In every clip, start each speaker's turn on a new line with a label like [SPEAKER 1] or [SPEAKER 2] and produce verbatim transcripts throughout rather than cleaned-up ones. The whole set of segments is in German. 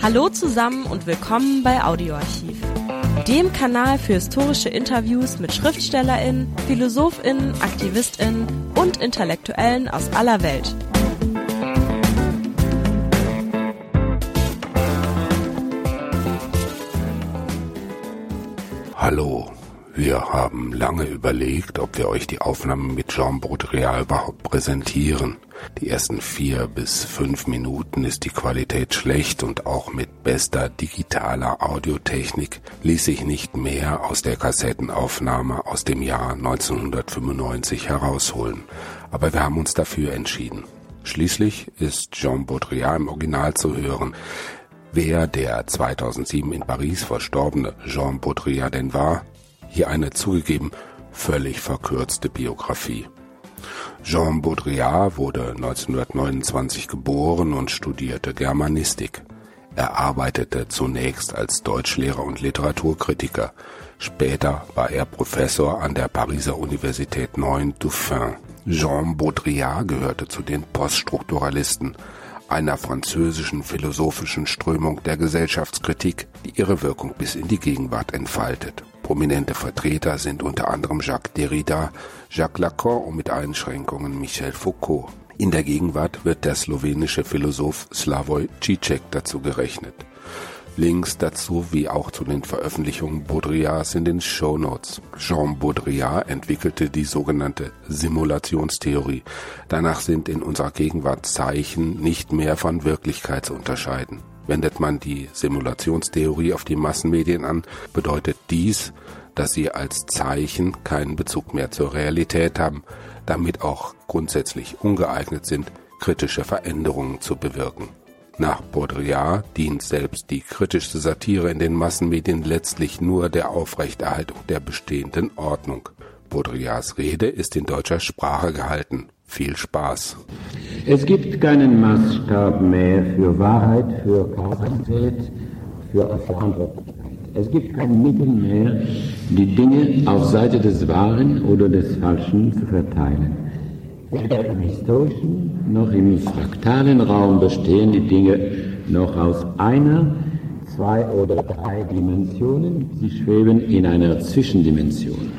[SPEAKER 1] Hallo zusammen und willkommen bei Audioarchiv, dem Kanal für historische Interviews mit SchriftstellerInnen, PhilosophInnen, AktivistInnen und Intellektuellen aus aller Welt.
[SPEAKER 2] Hallo, wir haben lange überlegt, ob wir euch die Aufnahmen mit Jean Baudrillard überhaupt präsentieren. Die ersten vier bis fünf Minuten ist die Qualität schlecht und auch mit bester digitaler Audiotechnik ließ sich nicht mehr aus der Kassettenaufnahme aus dem Jahr neunzehnhundertfünfundneunzig herausholen. Aber wir haben uns dafür entschieden. Schließlich ist Jean Baudrillard im Original zu hören. Wer der zweitausendsieben in Paris verstorbene Jean Baudrillard denn war? Hier eine zugegeben völlig verkürzte Biografie. Jean Baudrillard wurde neunzehnhundertneunundzwanzig geboren und studierte Germanistik. Er arbeitete zunächst als Deutschlehrer und Literaturkritiker. Später war er Professor an der Pariser Universität neun Dauphine. Jean Baudrillard gehörte zu den Poststrukturalisten, einer französischen philosophischen Strömung der Gesellschaftskritik, die ihre Wirkung bis in die Gegenwart entfaltet. Prominente Vertreter sind unter anderem Jacques Derrida, Jacques Lacan und mit Einschränkungen Michel Foucault. In der Gegenwart wird der slowenische Philosoph Slavoj Žižek dazu gerechnet. Links dazu wie auch zu den Veröffentlichungen Baudrillards in den Shownotes. Jean Baudrillard entwickelte die sogenannte Simulationstheorie. Danach sind in unserer Gegenwart Zeichen nicht mehr von Wirklichkeit zu unterscheiden. Wendet man die Simulationstheorie auf die Massenmedien an, bedeutet dies, dass sie als Zeichen keinen Bezug mehr zur Realität haben, damit auch grundsätzlich ungeeignet sind, kritische Veränderungen zu bewirken. Nach Baudrillard dient selbst die kritischste Satire in den Massenmedien letztlich nur der Aufrechterhaltung der bestehenden Ordnung. Baudrillards Rede ist in deutscher Sprache gehalten. Viel Spaß.
[SPEAKER 3] Es gibt keinen Maßstab mehr für Wahrheit, für Kausalität, für Verantwortlichkeit. Es gibt kein Mittel mehr, die Dinge auf Seite des Wahren oder des Falschen zu verteilen. Weder im historischen noch im fraktalen Raum bestehen die Dinge noch aus einer, zwei oder drei Dimensionen. Sie schweben in einer Zwischendimension.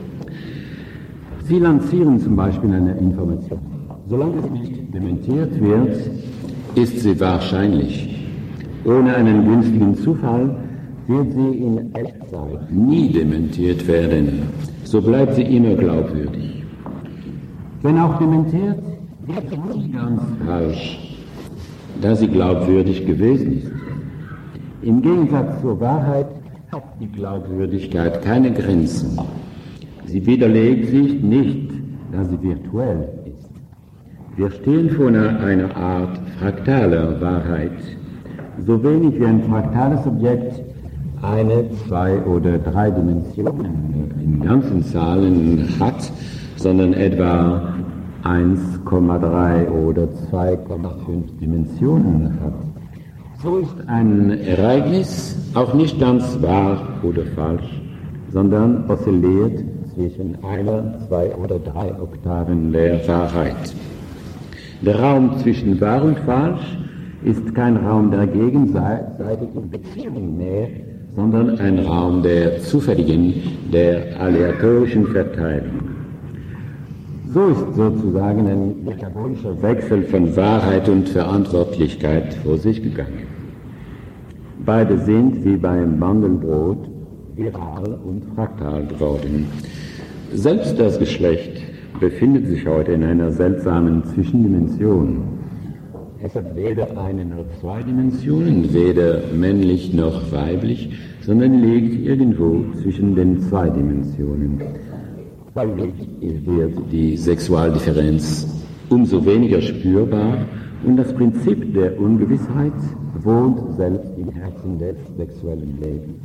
[SPEAKER 3] Sie lancieren zum Beispiel eine Information. Solange sie nicht dementiert wird, ist sie wahrscheinlich. Ohne einen günstigen Zufall wird sie in Echtzeit nie dementiert werden. So bleibt sie immer glaubwürdig. Wenn auch dementiert, wird sie nie ganz falsch, da sie glaubwürdig gewesen ist. Im Gegensatz zur Wahrheit hat die Glaubwürdigkeit keine Grenzen. Sie widerlegt sich nicht, da sie virtuell ist. Wir stehen vor einer, einer Art fraktaler Wahrheit. So wenig wie ein fraktales Objekt eine, zwei oder drei Dimensionen in ganzen Zahlen hat, sondern etwa eins Komma drei oder zwei Komma fünf Dimensionen hat. So ist ein Ereignis auch nicht ganz wahr oder falsch, sondern oszilliert zwischen einer, zwei oder drei Oktaven der Wahrheit. Der Raum zwischen wahr und falsch ist kein Raum der gegenseitigen Beziehung mehr, sondern ein Raum der zufälligen, der aleatorischen Verteilung. So ist sozusagen ein metabolischer Wechsel von Wahrheit und Verantwortlichkeit vor sich gegangen. Beide sind wie beim Mandelbrot viral und fraktal geworden. Selbst das Geschlecht befindet sich heute in einer seltsamen Zwischendimension. Es hat weder eine noch zwei Dimensionen, weder männlich noch weiblich, sondern liegt irgendwo zwischen den zwei Dimensionen. Dadurch wird die Sexualdifferenz umso weniger spürbar und das Prinzip der Ungewissheit wohnt selbst im Herzen des sexuellen Lebens.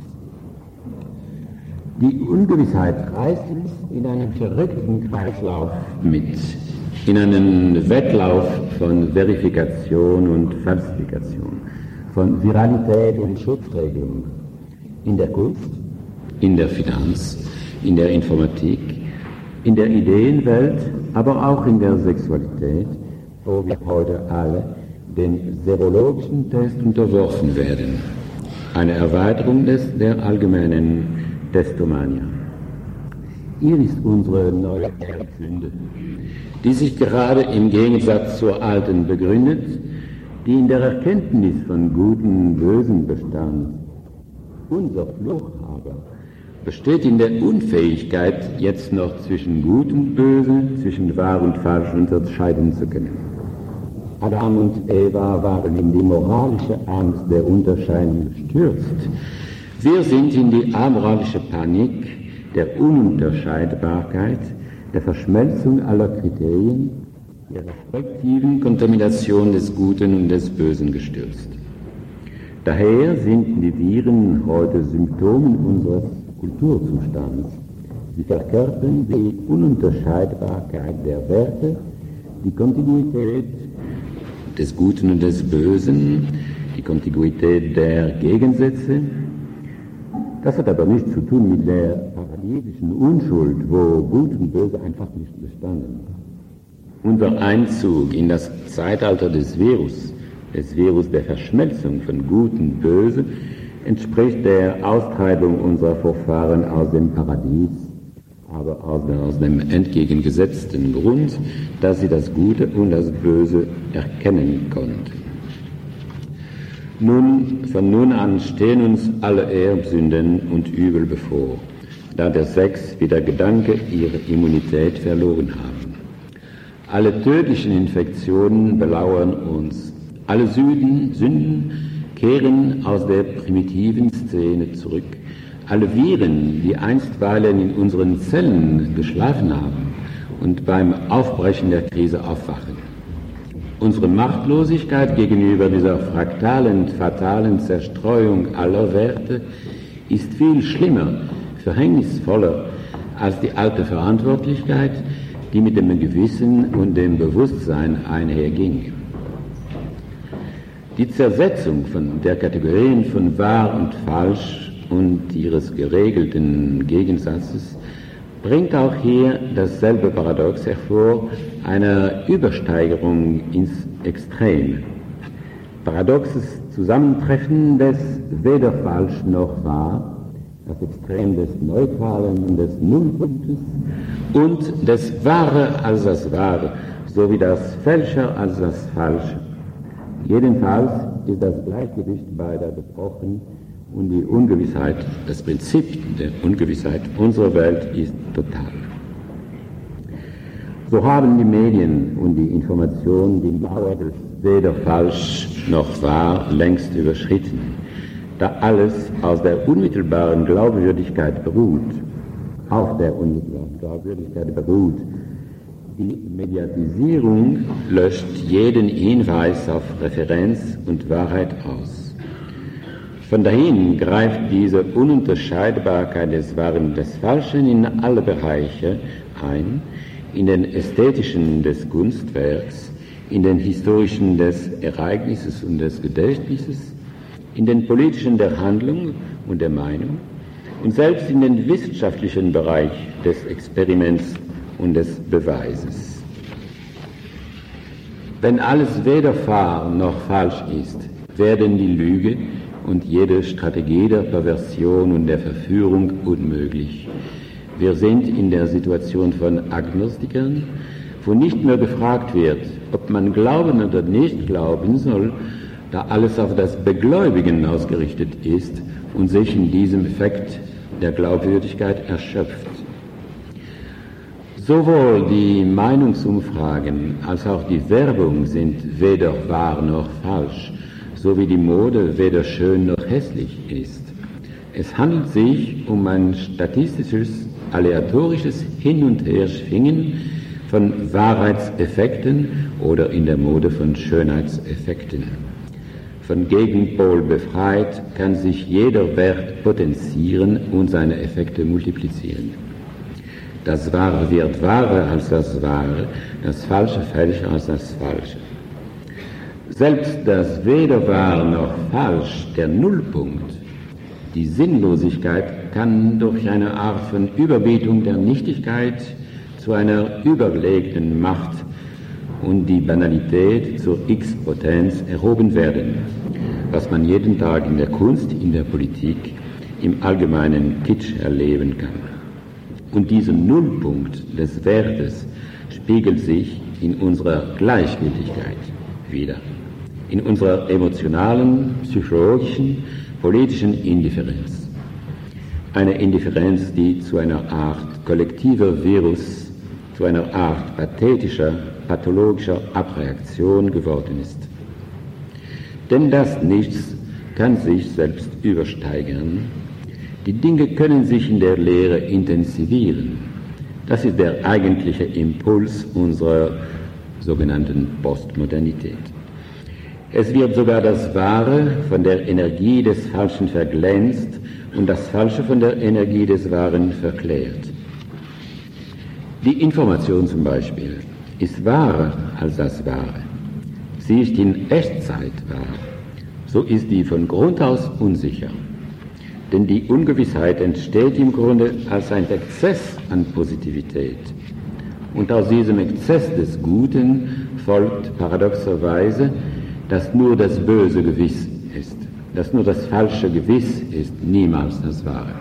[SPEAKER 3] Die Ungewissheit reißt uns in einen verrückten Kreislauf mit, in einen Wettlauf von Verifikation und Falsifikation, von Viralität und Schutzregelung, in der Kunst, in der Finanz, in der Informatik, in der Ideenwelt, aber auch in der Sexualität, wo wir heute alle dem serologischen Test unterworfen werden. Eine Erweiterung des, der allgemeinen Testomania. Hier ist unsere neue Erbsünde, die sich gerade im Gegensatz zur alten begründet, die in der Erkenntnis von Guten und Bösen bestand. Unser Fluch aber besteht in der Unfähigkeit, jetzt noch zwischen Gut und Böse, zwischen Wahr und Falsch unterscheiden zu können. Adam und Eva waren in die moralische Angst der Unterscheidung gestürzt. Wir sind in die amoralische Panik der Ununterscheidbarkeit, der Verschmelzung aller Kriterien, der respektiven Kontamination des Guten und des Bösen gestürzt. Daher sind die Viren heute Symptome unseres Kulturzustands. Sie verkörpern die Ununterscheidbarkeit der Werte, die Kontiguität des Guten und des Bösen, die Kontiguität der Gegensätze. Das hat aber nichts zu tun mit der paradiesischen Unschuld, wo Gut und Böse einfach nicht bestanden. Unser Einzug in das Zeitalter des Virus, des Virus der Verschmelzung von Gut und Böse, entspricht der Austreibung unserer Vorfahren aus dem Paradies, aber aus, aus dem entgegengesetzten Grund, dass sie das Gute und das Böse erkennen konnten. Nun, von nun an stehen uns alle Erbsünden und Übel bevor, da der Sex wie der Gedanke ihre Immunität verloren haben. Alle tödlichen Infektionen belauern uns. Alle Süden, Sünden kehren aus der primitiven Szene zurück. Alle Viren, die einstweilen in unseren Zellen geschlafen haben und beim Aufbrechen der Krise aufwachen. Unsere Machtlosigkeit gegenüber dieser fraktalen, fatalen Zerstreuung aller Werte ist viel schlimmer, verhängnisvoller als die alte Verantwortlichkeit, die mit dem Gewissen und dem Bewusstsein einherging. Die Zersetzung von der Kategorien von wahr und falsch und ihres geregelten Gegensatzes bringt auch hier dasselbe Paradox hervor, einer Übersteigerung ins Extrem. Paradoxes Zusammentreffen des weder falsch noch wahr, das Extrem des Neutralen und des Nullpunktes und des Wahre als das Wahre, sowie das Fälscher als das Falsche. Jedenfalls ist das Gleichgewicht beider gebrochen und die Ungewissheit, das Prinzip der Ungewissheit unserer Welt ist total. So haben die Medien und die Information die Mauer des weder falsch noch wahr längst überschritten, da alles aus der unmittelbaren Glaubwürdigkeit beruht, auf der unmittelbaren Glaubwürdigkeit beruht. Die Mediatisierung löscht jeden Hinweis auf Referenz und Wahrheit aus. Von dahin greift diese Ununterscheidbarkeit des Wahren und des Falschen in alle Bereiche ein, in den ästhetischen des Kunstwerks, in den historischen des Ereignisses und des Gedächtnisses, in den politischen der Handlung und der Meinung und selbst in den wissenschaftlichen Bereich des Experiments und des Beweises. Wenn alles weder wahr noch falsch ist, werden die Lüge und jede Strategie der Perversion und der Verführung unmöglich. Wir sind in der Situation von Agnostikern, wo nicht mehr gefragt wird, ob man glauben oder nicht glauben soll, da alles auf das Begläubigen ausgerichtet ist und sich in diesem Effekt der Glaubwürdigkeit erschöpft. Sowohl die Meinungsumfragen als auch die Werbung sind weder wahr noch falsch, so wie die Mode weder schön noch hässlich ist. Es handelt sich um ein statistisches, aleatorisches Hin- und Herschwingen von Wahrheitseffekten oder in der Mode von Schönheitseffekten. Von Gegenpol befreit kann sich jeder Wert potenzieren und seine Effekte multiplizieren. Das Wahre wird wahrer als das Wahre, das Falsche fälscher als das Falsche. Selbst das weder wahr noch falsch, der Nullpunkt, die Sinnlosigkeit, kann durch eine Art von Überbietung der Nichtigkeit zu einer überlegten Macht und die Banalität zur X-Potenz erhoben werden, was man jeden Tag in der Kunst, in der Politik, im allgemeinen Kitsch erleben kann. Und dieser Nullpunkt des Wertes spiegelt sich in unserer Gleichgültigkeit wider, in unserer emotionalen, psychologischen, politischen Indifferenz. Eine Indifferenz, die zu einer Art kollektiver Virus, zu einer Art pathetischer, pathologischer Abreaktion geworden ist. Denn das Nichts kann sich selbst übersteigern. Die Dinge können sich in der Lehre intensivieren. Das ist der eigentliche Impuls unserer sogenannten Postmodernität. Es wird sogar das Wahre von der Energie des Falschen verglänzt und das Falsche von der Energie des Wahren verklärt. Die Information zum Beispiel ist wahrer als das Wahre. Sie ist in Echtzeit wahr. So ist die von Grund aus unsicher. Denn die Ungewissheit entsteht im Grunde als ein Exzess an Positivität. Und aus diesem Exzess des Guten folgt paradoxerweise, dass nur das Böse gewiss ist, dass nur das Falsche gewiss ist, niemals das Wahre.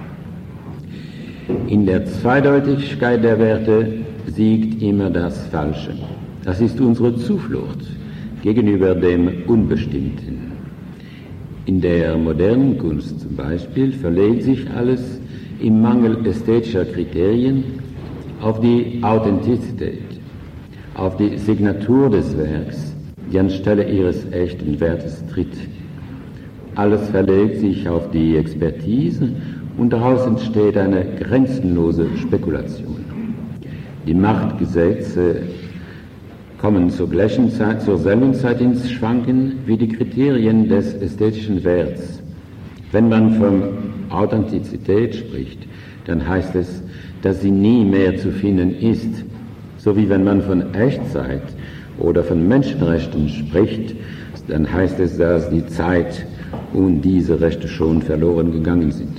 [SPEAKER 3] In der Zweideutigkeit der Werte siegt immer das Falsche. Das ist unsere Zuflucht gegenüber dem Unbestimmten. In der modernen Kunst zum Beispiel verlegt sich alles im Mangel ästhetischer Kriterien auf die Authentizität, auf die Signatur des Werks, die anstelle ihres echten Wertes tritt. Alles verlegt sich auf die Expertise und daraus entsteht eine grenzenlose Spekulation. Die Machtgesetze kommen zur gleichen Zeit, zur selben Zeit ins Schwanken wie die Kriterien des ästhetischen Werts. Wenn man von Authentizität spricht, dann heißt es, dass sie nie mehr zu finden ist, so wie wenn man von Echtzeit oder von Menschenrechten spricht, dann heißt es, dass die Zeit und diese Rechte schon verloren gegangen sind.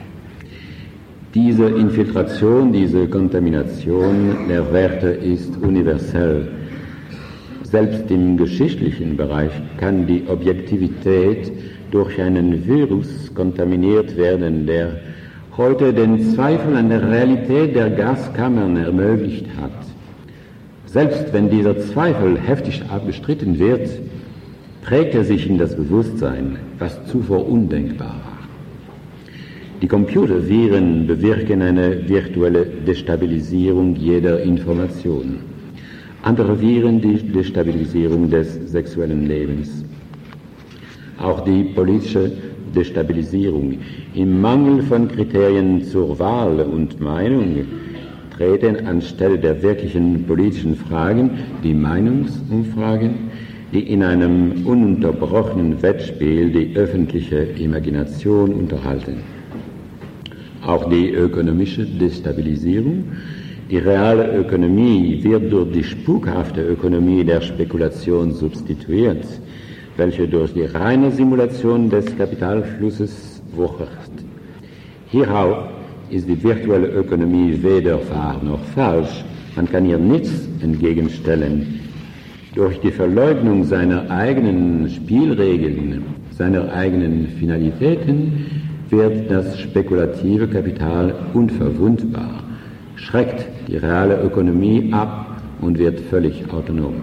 [SPEAKER 3] Diese Infiltration, diese Kontamination der Werte ist universell. Selbst im geschichtlichen Bereich kann die Objektivität durch einen Virus kontaminiert werden, der heute den Zweifel an der Realität der Gaskammern ermöglicht hat. Selbst wenn dieser Zweifel heftig abgestritten wird, trägt er sich in das Bewusstsein, was zuvor undenkbar war. Die Computerviren bewirken eine virtuelle Destabilisierung jeder Information. Andere Viren die Destabilisierung des sexuellen Lebens. Auch die politische Destabilisierung. Im Mangel von Kriterien zur Wahl und Meinung treten anstelle der wirklichen politischen Fragen die Meinungsumfragen, die in einem ununterbrochenen Wettspiel die öffentliche Imagination unterhalten. Auch die ökonomische Destabilisierung. Die reale Ökonomie wird durch die spukhafte Ökonomie der Spekulation substituiert, welche durch die reine Simulation des Kapitalflusses wuchert. Hierauf ist die virtuelle Ökonomie weder wahr noch falsch, man kann ihr nichts entgegenstellen. Durch die Verleugnung seiner eigenen Spielregeln, seiner eigenen Finalitäten wird das spekulative Kapital unverwundbar, schreckt die reale Ökonomie ab und wird völlig autonom.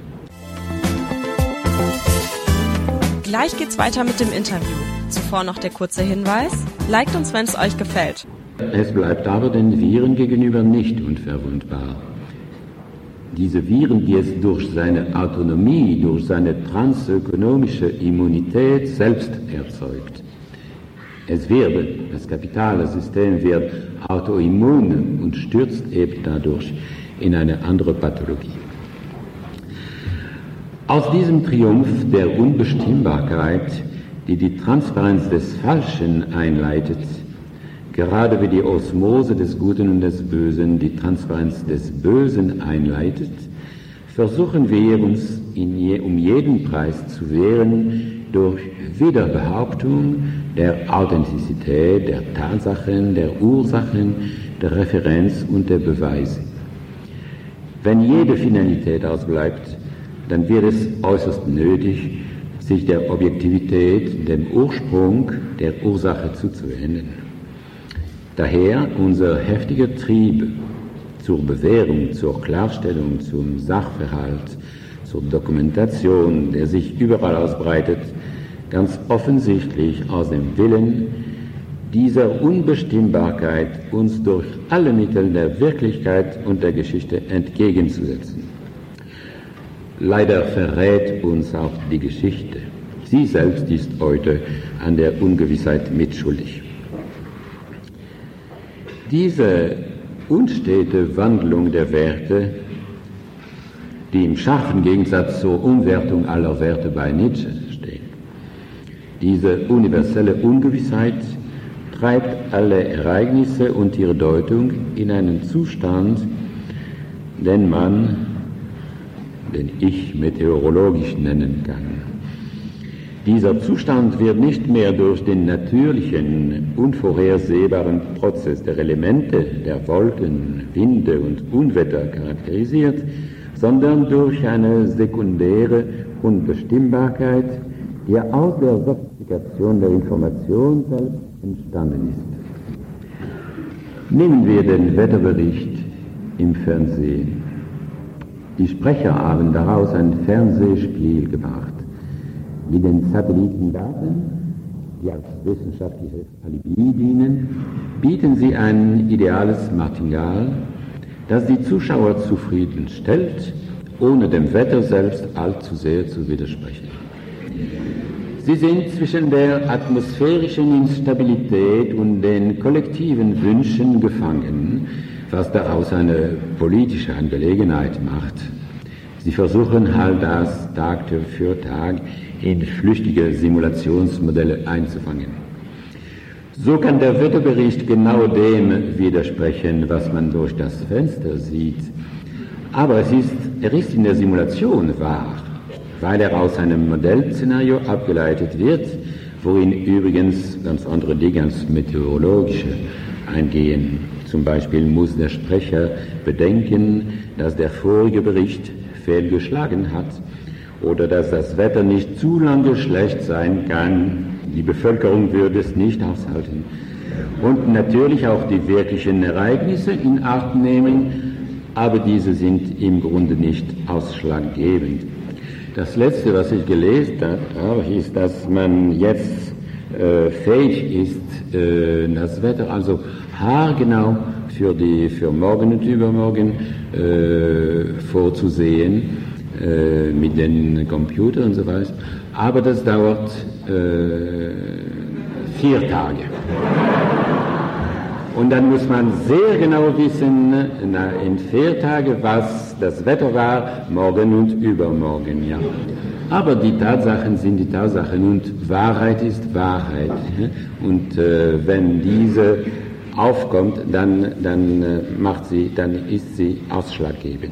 [SPEAKER 1] Gleich geht's weiter mit dem Interview. Zuvor noch der kurze Hinweis: Liked uns, wenn es euch gefällt.
[SPEAKER 3] Es bleibt aber den Viren gegenüber nicht unverwundbar. Diese Viren, die es durch seine Autonomie, durch seine transökonomische Immunität selbst erzeugt. Es wird, das Kapitalsystem wird autoimmun und stürzt eben dadurch in eine andere Pathologie. Aus diesem Triumph der Unbestimmbarkeit, die die Transparenz des Falschen einleitet, gerade wie die Osmose des Guten und des Bösen die Transparenz des Bösen einleitet, versuchen wir uns in je, um jeden Preis zu wehren durch Wiederbehauptung der Authentizität, der Tatsachen, der Ursachen, der Referenz und der Beweise. Wenn jede Finalität ausbleibt, dann wird es äußerst nötig, sich der Objektivität, dem Ursprung der Ursache zuzuwenden. Daher unser heftiger Trieb zur Bewährung, zur Klarstellung, zum Sachverhalt, zur Dokumentation, der sich überall ausbreitet, ganz offensichtlich aus dem Willen, dieser Unbestimmbarkeit uns durch alle Mittel der Wirklichkeit und der Geschichte entgegenzusetzen. Leider verrät uns auch die Geschichte. Sie selbst ist heute an der Ungewissheit mitschuldig. Diese unstete Wandlung der Werte, die im scharfen Gegensatz zur Umwertung aller Werte bei Nietzsche steht, diese universelle Ungewissheit treibt alle Ereignisse und ihre Deutung in einen Zustand, den man, den ich meteorologisch nennen kann. Dieser Zustand wird nicht mehr durch den natürlichen, unvorhersehbaren Prozess der Elemente, der Wolken, Winde und Unwetter charakterisiert, sondern durch eine sekundäre Unbestimmbarkeit, die aus der Sophistikation der Information selbst entstanden ist. Nehmen wir den Wetterbericht im Fernsehen. Die Sprecher haben daraus ein Fernsehspiel gemacht. Mit den Satellitendaten, die als wissenschaftliches Alibi dienen, bieten sie ein ideales Martingale, das die Zuschauer zufriedenstellt, ohne dem Wetter selbst allzu sehr zu widersprechen. Sie sind zwischen der atmosphärischen Instabilität und den kollektiven Wünschen gefangen, was daraus eine politische Angelegenheit macht. Sie versuchen halt das Tag für Tag in flüchtige Simulationsmodelle einzufangen. So kann der Wetterbericht genau dem widersprechen, was man durch das Fenster sieht. Aber es ist, er ist in der Simulation wahr, weil er aus einem Modellszenario abgeleitet wird, worin übrigens ganz andere Dinge als meteorologische eingehen. Zum Beispiel muss der Sprecher bedenken, dass der vorige Bericht fehlgeschlagen hat oder dass das Wetter nicht zu lange schlecht sein kann. Die Bevölkerung würde es nicht aushalten. Und natürlich auch die wirklichen Ereignisse in Acht nehmen, aber diese sind im Grunde nicht ausschlaggebend. Das Letzte, was ich gelesen habe, ist, dass man jetzt äh, fähig ist, äh, das Wetter also haargenau für, die, für morgen und übermorgen äh, vorzusehen, äh, mit den Computern und so weiter. Aber das dauert äh, vier Tage. Und dann muss man sehr genau wissen, na, in vier Tagen, was das Wetter war, morgen und übermorgen. Ja. Aber die Tatsachen sind die Tatsachen und Wahrheit ist Wahrheit. Und äh, wenn diese aufkommt, dann, dann, äh, macht sie, dann ist sie ausschlaggebend.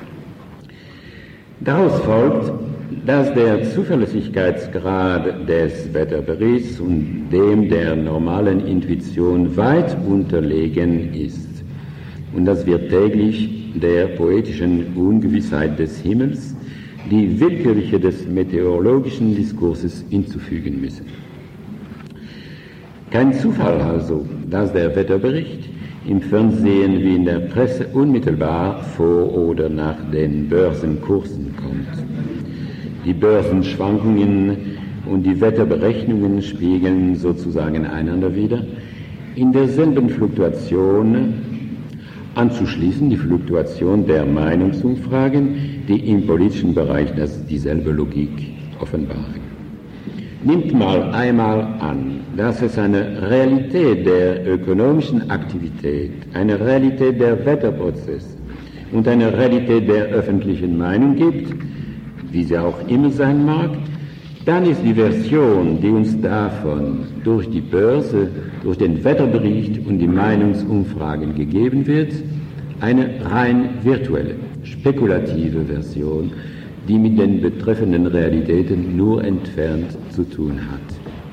[SPEAKER 3] Daraus folgt, dass der Zuverlässigkeitsgrad des Wetterberichts und dem der normalen Intuition weit unterlegen ist. Und dass wir täglich der poetischen Ungewissheit des Himmels die willkürliche des meteorologischen Diskurses hinzufügen müssen. Kein Zufall also, dass der Wetterbericht im Fernsehen wie in der Presse unmittelbar vor oder nach den Börsenkursen kommt. Die Börsenschwankungen und die Wetterberechnungen spiegeln sozusagen einander wider. In derselben Fluktuation anzuschließen die Fluktuation der Meinungsumfragen, die im politischen Bereich das, dieselbe Logik offenbaren. Nimmt mal einmal an, dass es eine Realität der ökonomischen Aktivität, eine Realität der Wetterprozesse und eine Realität der öffentlichen Meinung gibt, wie sie auch immer sein mag, dann ist die Version, die uns davon durch die Börse, durch den Wetterbericht und die Meinungsumfragen gegeben wird, eine rein virtuelle, spekulative Version, die mit den betreffenden Realitäten nur entfernt zu tun hat.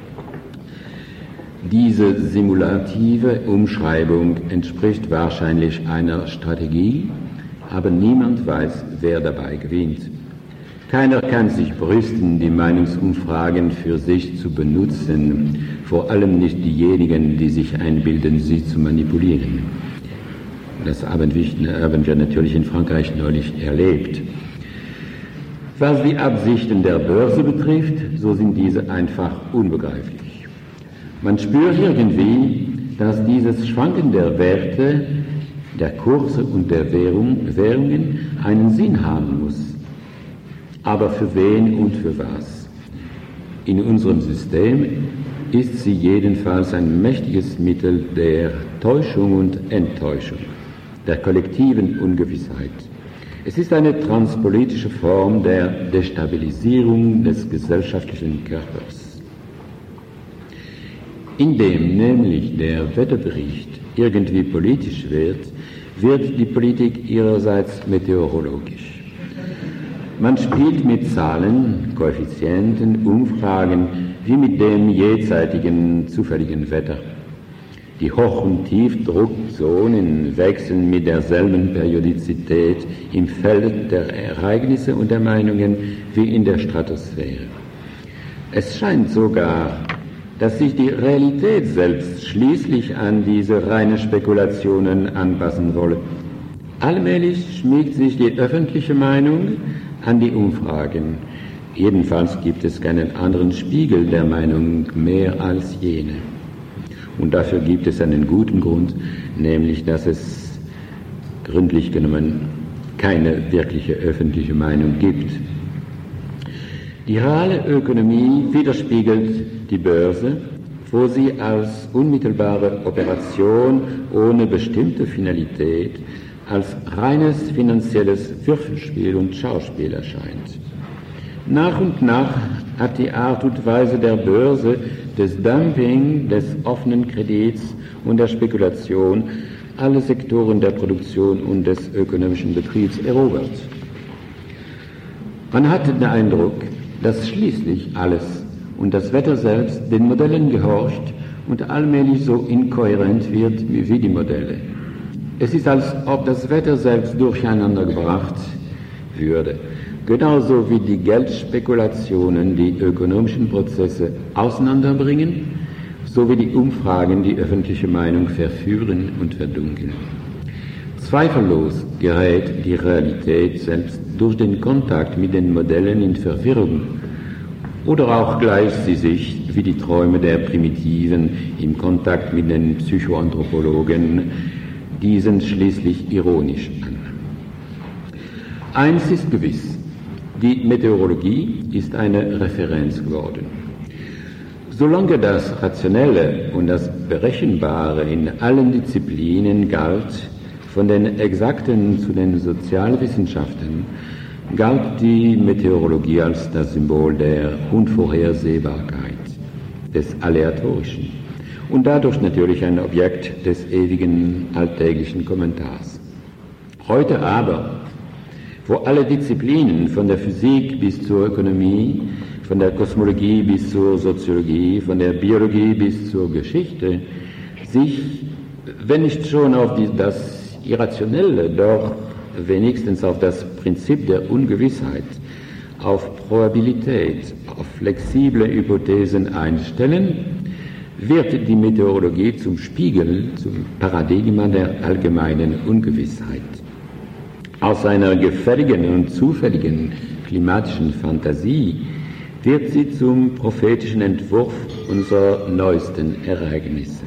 [SPEAKER 3] Diese simulative Umschreibung entspricht wahrscheinlich einer Strategie, aber niemand weiß, wer dabei gewinnt. Keiner kann sich brüsten, die Meinungsumfragen für sich zu benutzen, vor allem nicht diejenigen, die sich einbilden, sie zu manipulieren. Das haben wir natürlich in Frankreich neulich erlebt. Was die Absichten der Börse betrifft, so sind diese einfach unbegreiflich. Man spürt irgendwie, dass dieses Schwanken der Werte, der Kurse und der Währung, Währungen einen Sinn haben muss. Aber für wen und für was? In unserem System ist sie jedenfalls ein mächtiges Mittel der Täuschung und Enttäuschung, der kollektiven Ungewissheit. Es ist eine transpolitische Form der Destabilisierung des gesellschaftlichen Körpers. Indem nämlich der Wetterbericht irgendwie politisch wird, wird die Politik ihrerseits meteorologisch. Man spielt mit Zahlen, Koeffizienten, Umfragen wie mit dem jenseitigen zufälligen Wetter. Die Hoch- und Tiefdruckzonen wechseln mit derselben Periodizität im Feld der Ereignisse und der Meinungen wie in der Stratosphäre. Es scheint sogar, dass sich die Realität selbst schließlich an diese reinen Spekulationen anpassen wolle. Allmählich schmiegt sich die öffentliche Meinung an die Umfragen. Jedenfalls gibt es keinen anderen Spiegel der Meinung mehr als jene. Und dafür gibt es einen guten Grund, nämlich dass es gründlich genommen keine wirkliche öffentliche Meinung gibt. Die reale Ökonomie widerspiegelt die Börse, wo sie als unmittelbare Operation ohne bestimmte Finalität als reines finanzielles Würfelspiel und Schauspiel erscheint. Nach und nach hat die Art und Weise der Börse, des Dumping, des offenen Kredits und der Spekulation alle Sektoren der Produktion und des ökonomischen Betriebs erobert. Man hat den Eindruck, dass schließlich alles und das Wetter selbst den Modellen gehorcht und allmählich so inkohärent wird wie die Modelle. Es ist, als ob das Wetter selbst durcheinander gebracht würde, genauso wie die Geldspekulationen die ökonomischen Prozesse auseinanderbringen, so wie die Umfragen die öffentliche Meinung verführen und verdunkeln. Zweifellos gerät die Realität selbst durch den Kontakt mit den Modellen in Verwirrung, oder auch gleicht sie sich, wie die Träume der Primitiven im Kontakt mit den Psychoanthropologen, diesen schließlich ironisch an. Eins ist gewiss, die Meteorologie ist eine Referenz geworden. Solange das Rationelle und das Berechenbare in allen Disziplinen galt, von den Exakten zu den Sozialwissenschaften, galt die Meteorologie als das Symbol der Unvorhersehbarkeit, des Aleatorischen und dadurch natürlich ein Objekt des ewigen alltäglichen Kommentars. Heute aber, wo alle Disziplinen von der Physik bis zur Ökonomie, von der Kosmologie bis zur Soziologie, von der Biologie bis zur Geschichte, sich, wenn nicht schon auf die, das Irrationelle, doch wenigstens auf das Prinzip der Ungewissheit, auf Probabilität, auf flexible Hypothesen einstellen, wird die Meteorologie zum Spiegel, zum Paradigma der allgemeinen Ungewissheit. Aus einer gefälligen und zufälligen klimatischen Fantasie wird sie zum prophetischen Entwurf unserer neuesten Ereignisse.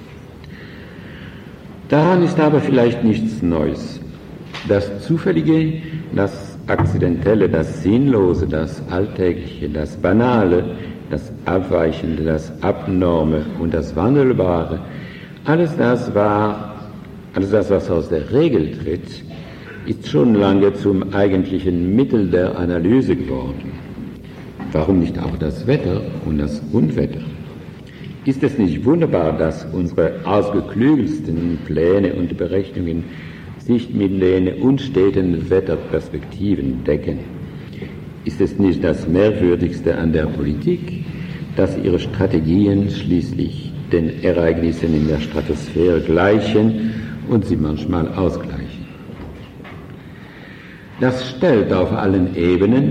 [SPEAKER 3] Daran ist aber vielleicht nichts Neues. Das Zufällige, das Akzidentelle, das Sinnlose, das Alltägliche, das Banale, das Abweichende, das Abnorme und das Wandelbare, alles das war, alles das, was aus der Regel tritt, ist schon lange zum eigentlichen Mittel der Analyse geworden. Warum nicht auch das Wetter und das Unwetter? Ist es nicht wunderbar, dass unsere ausgeklügelsten Pläne und Berechnungen sich mit den unsteten Wetterperspektiven decken? Ist es nicht das Merkwürdigste an der Politik, dass ihre Strategien schließlich den Ereignissen in der Stratosphäre gleichen und sie manchmal ausgleichen? Das stellt auf allen Ebenen,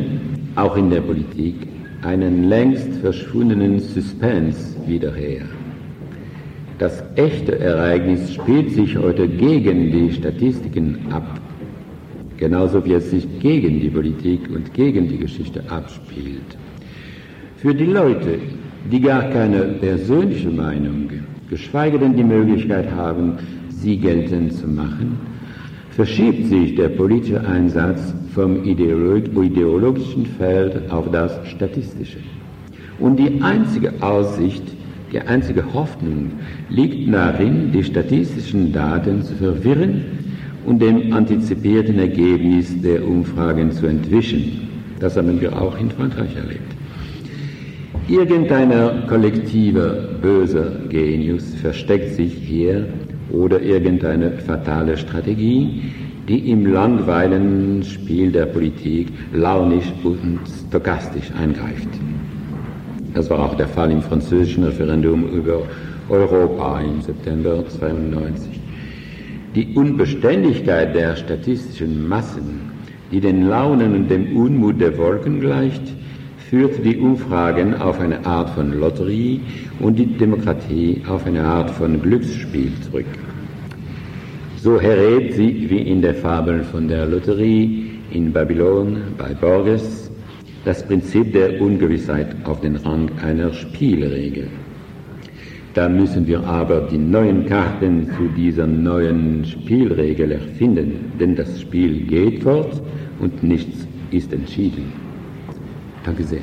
[SPEAKER 3] auch in der Politik, einen längst verschwundenen Suspense wieder her. Das echte Ereignis spielt sich heute gegen die Statistiken ab, genauso wie es sich gegen die Politik und gegen die Geschichte abspielt. Für die Leute, die gar keine persönliche Meinung, geschweige denn die Möglichkeit haben, sie geltend zu machen, verschiebt sich der politische Einsatz vom ideologischen Feld auf das Statistische. Und die einzige Aussicht, die einzige Hoffnung liegt darin, die statistischen Daten zu verwirren und dem antizipierten Ergebnis der Umfragen zu entwischen. Das haben wir auch in Frankreich erlebt. Irgendeiner kollektiver böser Genius versteckt sich hier oder irgendeine fatale Strategie, die im langweiligen Spiel der Politik launisch und stochastisch eingreift. Das war auch der Fall im französischen Referendum über Europa im September zweiundneunzig. Die Unbeständigkeit der statistischen Massen, die den Launen und dem Unmut der Wolken gleicht, führt die Umfragen auf eine Art von Lotterie und die Demokratie auf eine Art von Glücksspiel zurück. So herrät sie, wie in der Fabel von der Lotterie in Babylon bei Borges, das Prinzip der Ungewissheit auf den Rang einer Spielregel. Da müssen wir aber die neuen Karten zu dieser neuen Spielregel erfinden, denn das Spiel geht fort und nichts ist entschieden. Danke sehr.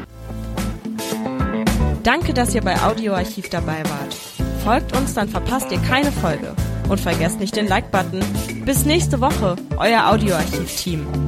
[SPEAKER 1] Danke, dass ihr bei Audioarchiv dabei wart. Folgt uns, dann verpasst ihr keine Folge. Und vergesst nicht den Like-Button. Bis nächste Woche, euer Audioarchiv-Team.